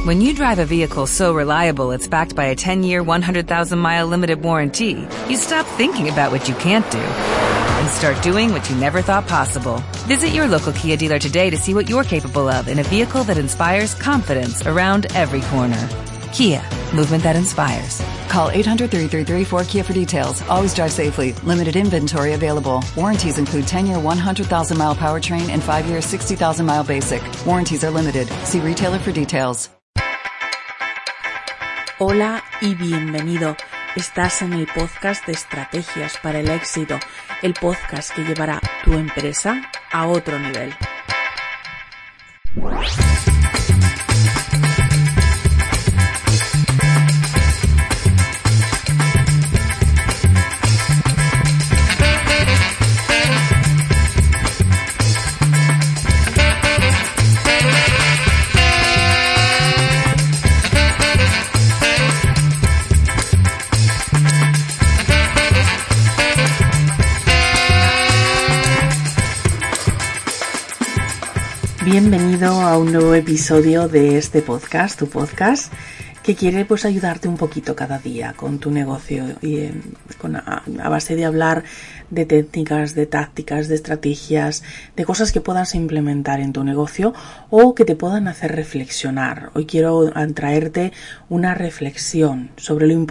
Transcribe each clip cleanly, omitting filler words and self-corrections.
When you drive a vehicle so reliable it's backed by a 10-year, 100,000-mile limited warranty, you stop thinking about what you can't do and start doing what you never thought possible. Visit your local Kia dealer today to see what you're capable of in a vehicle that inspires confidence around every corner. Kia, movement that inspires. Call 800-333-4KIA for details. Always drive safely. Limited inventory available. Warranties include 10-year 100,000-mile powertrain and 5-year 60,000-mile basic. Warranties are limited. See retailer for details. Hola y bienvenido. Estás en el podcast de Estrategias para el Éxito, el podcast que llevará tu empresa a otro nivel. Bienvenido a un nuevo episodio de este podcast, tu podcast, que quiere pues ayudarte un poquito cada día con tu negocio y a base de hablar de técnicas, de tácticas, de estrategias, de cosas que puedas implementar en tu negocio o que te puedan hacer reflexionar. Hoy quiero traerte una reflexión sobre lo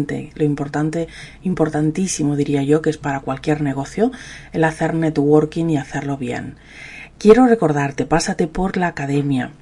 importantísimo diría yo, que es para cualquier negocio, el hacer networking y hacerlo bien. Quiero recordarte, pásate por la academia.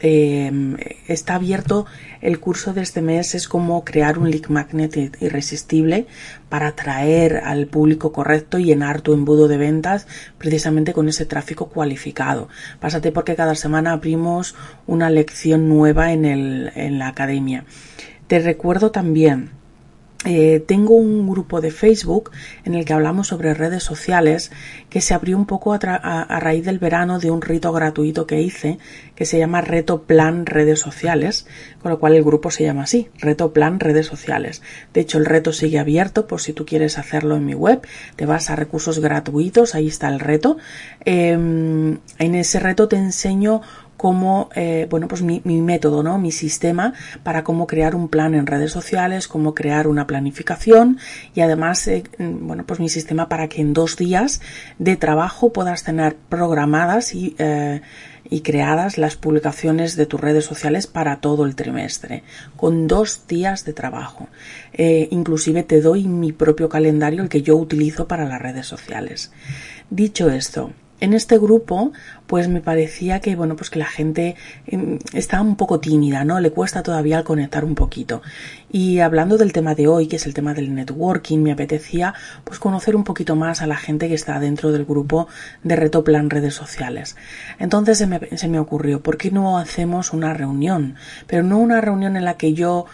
Está abierto el curso de este mes, es como crear un lead magnet irresistible para atraer al público correcto y llenar tu embudo de ventas precisamente con ese tráfico cualificado. Pásate porque cada semana abrimos una lección nueva en la academia. Te recuerdo también, tengo un grupo de Facebook en el que hablamos sobre redes sociales que se abrió un poco a raíz del verano de un rito gratuito que hice que se llama Reto Plan Redes Sociales, con lo cual el grupo se llama así, Reto Plan Redes Sociales. De hecho, el reto sigue abierto por si tú quieres hacerlo en mi web. Te vas a recursos gratuitos, ahí está el reto. En ese reto te enseño cómo, pues mi método, ¿no? Mi sistema para cómo crear un plan en redes sociales, cómo crear una planificación y además, pues mi sistema para que en 2 días de trabajo puedas tener programadas y creadas las publicaciones de tus redes sociales para todo el trimestre, con 2 días de trabajo. Inclusive te doy mi propio calendario, el que yo utilizo para las redes sociales. Dicho esto, en este grupo, pues me parecía que, que la gente está un poco tímida, ¿no? Le cuesta todavía al conectar un poquito. Y hablando del tema de hoy, que es el tema del networking, me apetecía, pues, conocer un poquito más a la gente que está dentro del grupo de Reto Plan Redes Sociales. Entonces se me ocurrió, ¿por qué no hacemos una reunión? Pero no una reunión en la que yo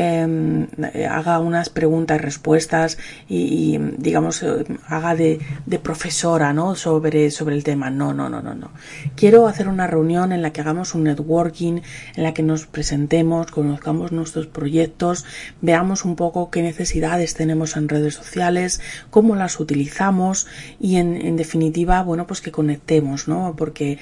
haga unas preguntas y respuestas y digamos, haga de profesora, ¿no? Sobre el tema. No. Quiero hacer una reunión en la que hagamos un networking, en la que nos presentemos, conozcamos nuestros proyectos, veamos un poco qué necesidades tenemos en redes sociales, cómo las utilizamos y en definitiva, pues que conectemos, ¿no? Porque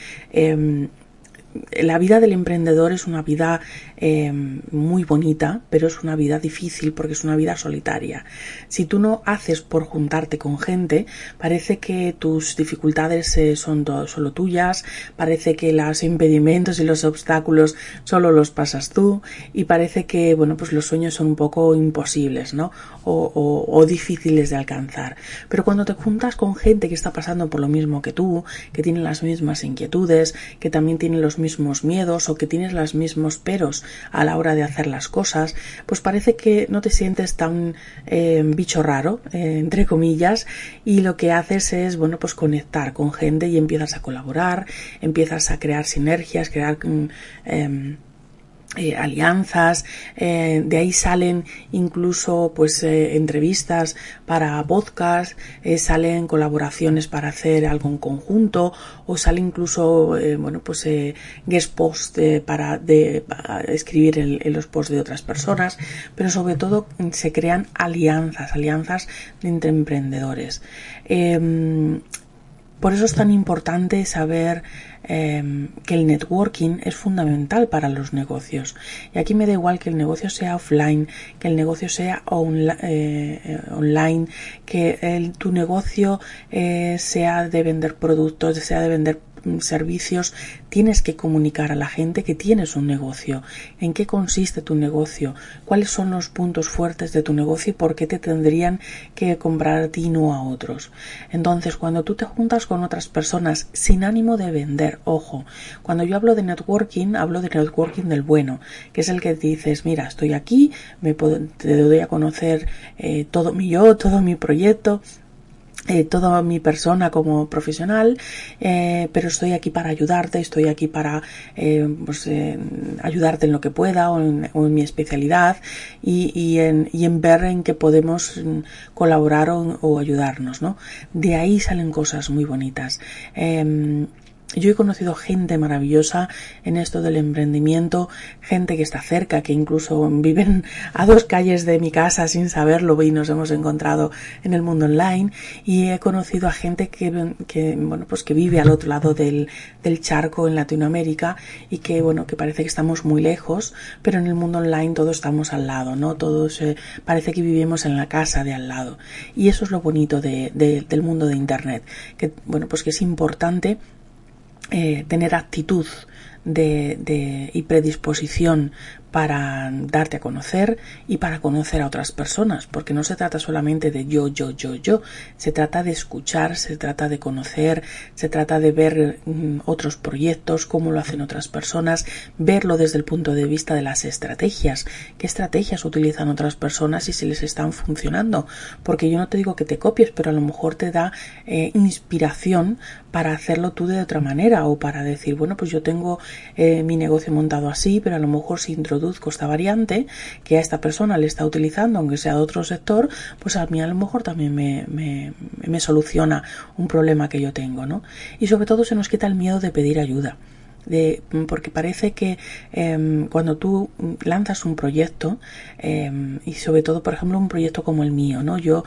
la vida del emprendedor es una vida muy bonita, pero es una vida difícil porque es una vida solitaria. Si tú no haces por juntarte con gente, parece que tus dificultades son solo tuyas, parece que los impedimentos y los obstáculos solo los pasas tú y parece que pues los sueños son un poco imposibles, ¿no? O difíciles de alcanzar. Pero cuando te juntas con gente que está pasando por lo mismo que tú, que tiene las mismas inquietudes, que también tiene los mismos miedos o que tienes los mismos peros a la hora de hacer las cosas, pues parece que no te sientes tan bicho raro, entre comillas, y lo que haces es, pues conectar con gente y empiezas a colaborar, empiezas a crear sinergias, crear alianzas, de ahí salen incluso entrevistas para podcast, salen colaboraciones para hacer algo en conjunto o sale incluso guest post para escribir en los posts de otras personas, pero sobre todo se crean alianzas entre emprendedores. Por eso es tan importante saber que el networking es fundamental para los negocios. Y aquí me da igual que el negocio sea offline, que el negocio sea online, que tu negocio sea de vender productos, sea de vender servicios. Tienes que comunicar a la gente que tienes un negocio, en qué consiste tu negocio, cuáles son los puntos fuertes de tu negocio y por qué te tendrían que comprar a ti y no a otros. Entonces, cuando tú te juntas con otras personas sin ánimo de vender, ojo, cuando yo hablo de networking del bueno, que es el que dices, mira, estoy aquí, te doy a conocer todo mi proyecto, toda mi persona como profesional, pero estoy aquí para ayudarte, estoy aquí para ayudarte en lo que pueda o en mi especialidad y en ver en qué podemos colaborar o ayudarnos, ¿no? De ahí salen cosas muy bonitas. Yo he conocido gente maravillosa en esto del emprendimiento, gente que está cerca, que incluso viven a 2 calles de mi casa sin saberlo y nos hemos encontrado en el mundo online, y he conocido a gente que vive al otro lado del charco en Latinoamérica y que parece que estamos muy lejos, pero en el mundo online todos estamos al lado, ¿no? Todos parece que vivimos en la casa de al lado, y eso es lo bonito del mundo de Internet, que que es importante tener actitud y predisposición para darte a conocer y para conocer a otras personas, porque no se trata solamente de yo, se trata de escuchar, se trata de conocer, se trata de ver otros proyectos, cómo lo hacen otras personas, verlo desde el punto de vista de las estrategias, qué estrategias utilizan otras personas y si les están funcionando, porque yo no te digo que te copies, pero a lo mejor te da inspiración para hacerlo tú de otra manera, o para decir, pues yo tengo mi negocio montado así, pero a lo mejor si introduzco esta variante que a esta persona le está utilizando, aunque sea de otro sector, pues a mí a lo mejor también me soluciona un problema que yo tengo, ¿no? Y sobre todo se nos quita el miedo de pedir ayuda. Porque parece que cuando tú lanzas un proyecto y sobre todo, por ejemplo, un proyecto como el mío, ¿no? Yo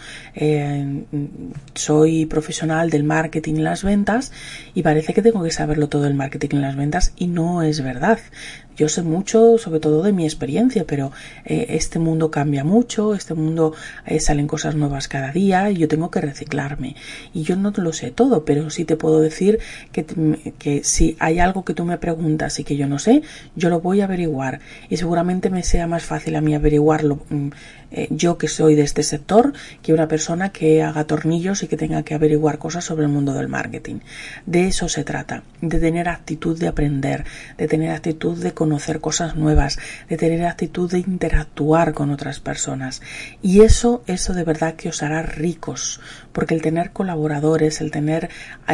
soy profesional del marketing y las ventas y parece que tengo que saberlo todo del marketing y las ventas, y no es verdad. Yo sé mucho, sobre todo de mi experiencia, pero este mundo cambia mucho, este mundo salen cosas nuevas cada día y yo tengo que reciclarme. Y yo no lo sé todo, pero sí te puedo decir que si hay algo que tú me preguntas y que yo no sé, yo lo voy a averiguar. Y seguramente me sea más fácil a mí averiguarlo yo, que soy de este sector, que una persona que haga tornillos y que tenga que averiguar cosas sobre el mundo del marketing. De eso se trata, de tener actitud de aprender, de tener actitud de conocer cosas nuevas, de tener actitud de interactuar con otras personas. Y eso de verdad que os hará ricos, porque el tener colaboradores, el tener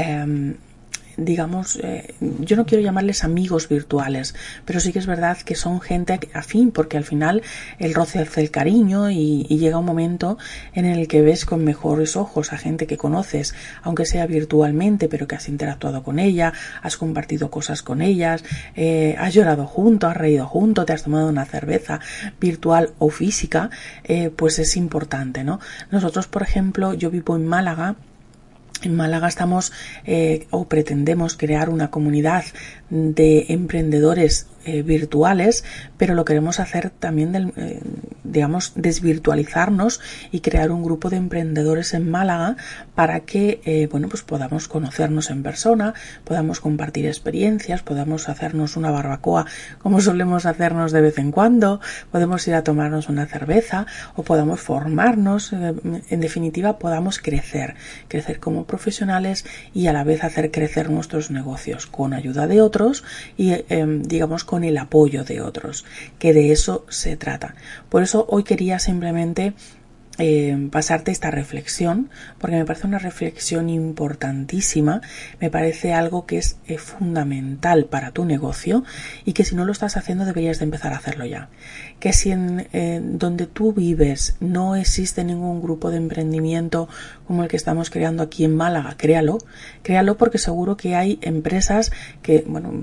yo no quiero llamarles amigos virtuales, pero sí que es verdad que son gente afín, porque al final el roce hace el cariño y llega un momento en el que ves con mejores ojos a gente que conoces, aunque sea virtualmente, pero que has interactuado con ella, has compartido cosas con ellas, has llorado junto, has reído junto, te has tomado una cerveza virtual o física, pues es importante, ¿no? Nosotros, por ejemplo, yo vivo en Málaga. En Málaga estamos o pretendemos crear una comunidad de emprendedores virtuales, pero lo queremos hacer también desvirtualizarnos y crear un grupo de emprendedores en Málaga para que podamos conocernos en persona, podamos compartir experiencias, podamos hacernos una barbacoa como solemos hacernos de vez en cuando, podemos ir a tomarnos una cerveza o podamos formarnos, en definitiva podamos crecer como profesionales y a la vez hacer crecer nuestros negocios con ayuda de otros y con el apoyo de otros, que de eso se trata. Por eso hoy quería simplemente pasarte esta reflexión, porque me parece una reflexión importantísima, me parece algo que es fundamental para tu negocio y que si no lo estás haciendo deberías de empezar a hacerlo ya. Que si en donde tú vives no existe ningún grupo de emprendimiento como el que estamos creando aquí en Málaga, créalo porque seguro que hay empresas que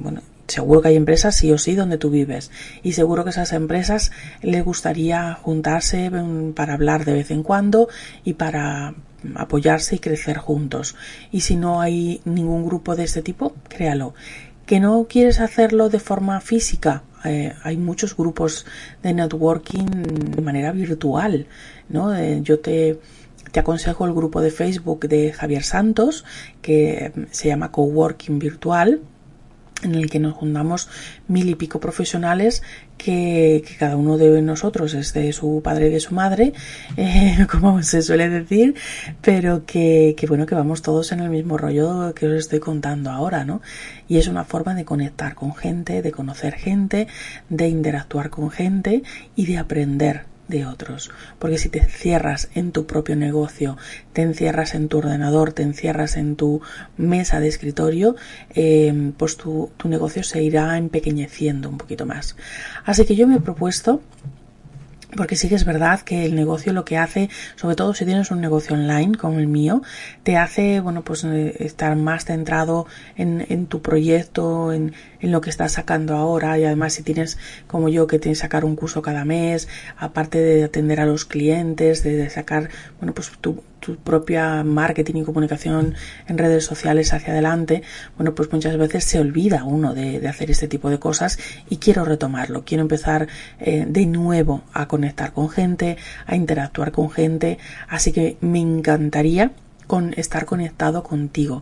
seguro que hay empresas sí o sí donde tú vives, y seguro que a esas empresas les gustaría juntarse para hablar de vez en cuando y para apoyarse y crecer juntos. Y si no hay ningún grupo de este tipo, créalo. ¿Que no quieres hacerlo de forma física? Hay muchos grupos de networking de manera virtual, ¿no? Yo te aconsejo el grupo de Facebook de Javier Santos, que se llama Coworking Virtual, en el que nos juntamos 1000 y pico profesionales que cada uno de nosotros es de su padre y de su madre, como se suele decir, pero que bueno, que vamos todos en el mismo rollo que os estoy contando ahora, ¿no? Y es una forma de conectar con gente, de conocer gente, de interactuar con gente y de aprender de otros, porque si te encierras en tu propio negocio, te encierras en tu ordenador, te encierras en tu mesa de escritorio, pues tu negocio se irá empequeñeciendo un poquito más. Así que yo me he propuesto, porque sí que es verdad que el negocio lo que hace, sobre todo si tienes un negocio online como el mío, te hace, bueno, pues estar más centrado en tu proyecto, en lo que estás sacando ahora, y además si tienes, como yo, que tienes que sacar un curso cada mes, aparte de atender a los clientes, de sacar, bueno, pues tu propia marketing y comunicación en redes sociales hacia adelante, bueno, pues muchas veces se olvida uno de hacer este tipo de cosas, y quiero retomarlo, quiero empezar de nuevo a conectar con gente, a interactuar con gente, así que me encantaría estar conectado contigo.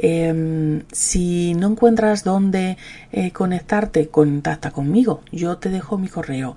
Si no encuentras dónde conectarte, contacta conmigo. Yo te dejo mi correo,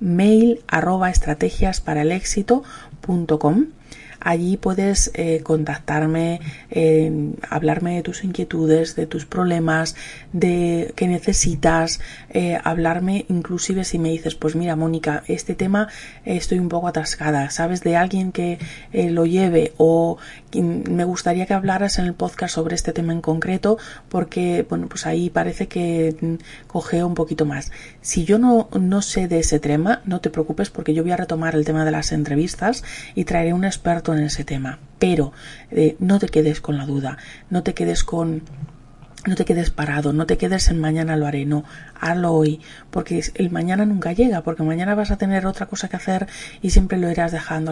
mail@estrategiasparalexito.com. Allí puedes contactarme, hablarme de tus inquietudes, de tus problemas, de qué necesitas, hablarme inclusive si me dices, pues mira, Mónica, este tema estoy un poco atascada, ¿sabes de alguien que lo lleve? O me gustaría que hablaras en el podcast sobre este tema en concreto, porque bueno, pues ahí parece que cojeo un poquito más. Si yo no sé de ese tema, no te preocupes, porque yo voy a retomar el tema de las entrevistas y traeré un experto en ese tema, pero no te quedes con la duda, no te quedes parado, no te quedes en mañana lo haré, no, hazlo hoy, porque el mañana nunca llega, porque mañana vas a tener otra cosa que hacer y siempre lo irás dejando,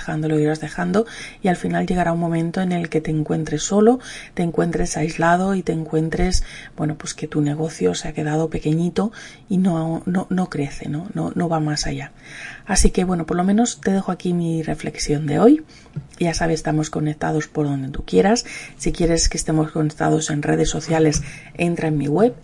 y al final llegará un momento en el que te encuentres solo, te encuentres aislado y te encuentres, bueno, pues que tu negocio se ha quedado pequeñito y no crece, no va más allá. Así que bueno, por lo menos te dejo aquí mi reflexión de hoy. Ya sabes, estamos conectados por donde tú quieras. Si quieres que estemos conectados en redes sociales, entra en mi web,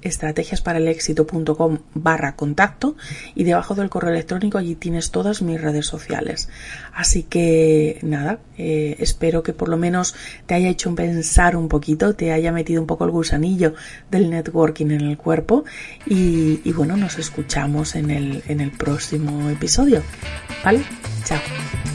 estrategiasparalexito.com/contacto, y debajo del correo electrónico allí tienes todas mis redes sociales. Así que nada, espero que por lo menos te haya hecho pensar un poquito, te haya metido un poco el gusanillo del networking en el cuerpo, y bueno, nos escuchamos en el próximo episodio. ¿Vale? Chao.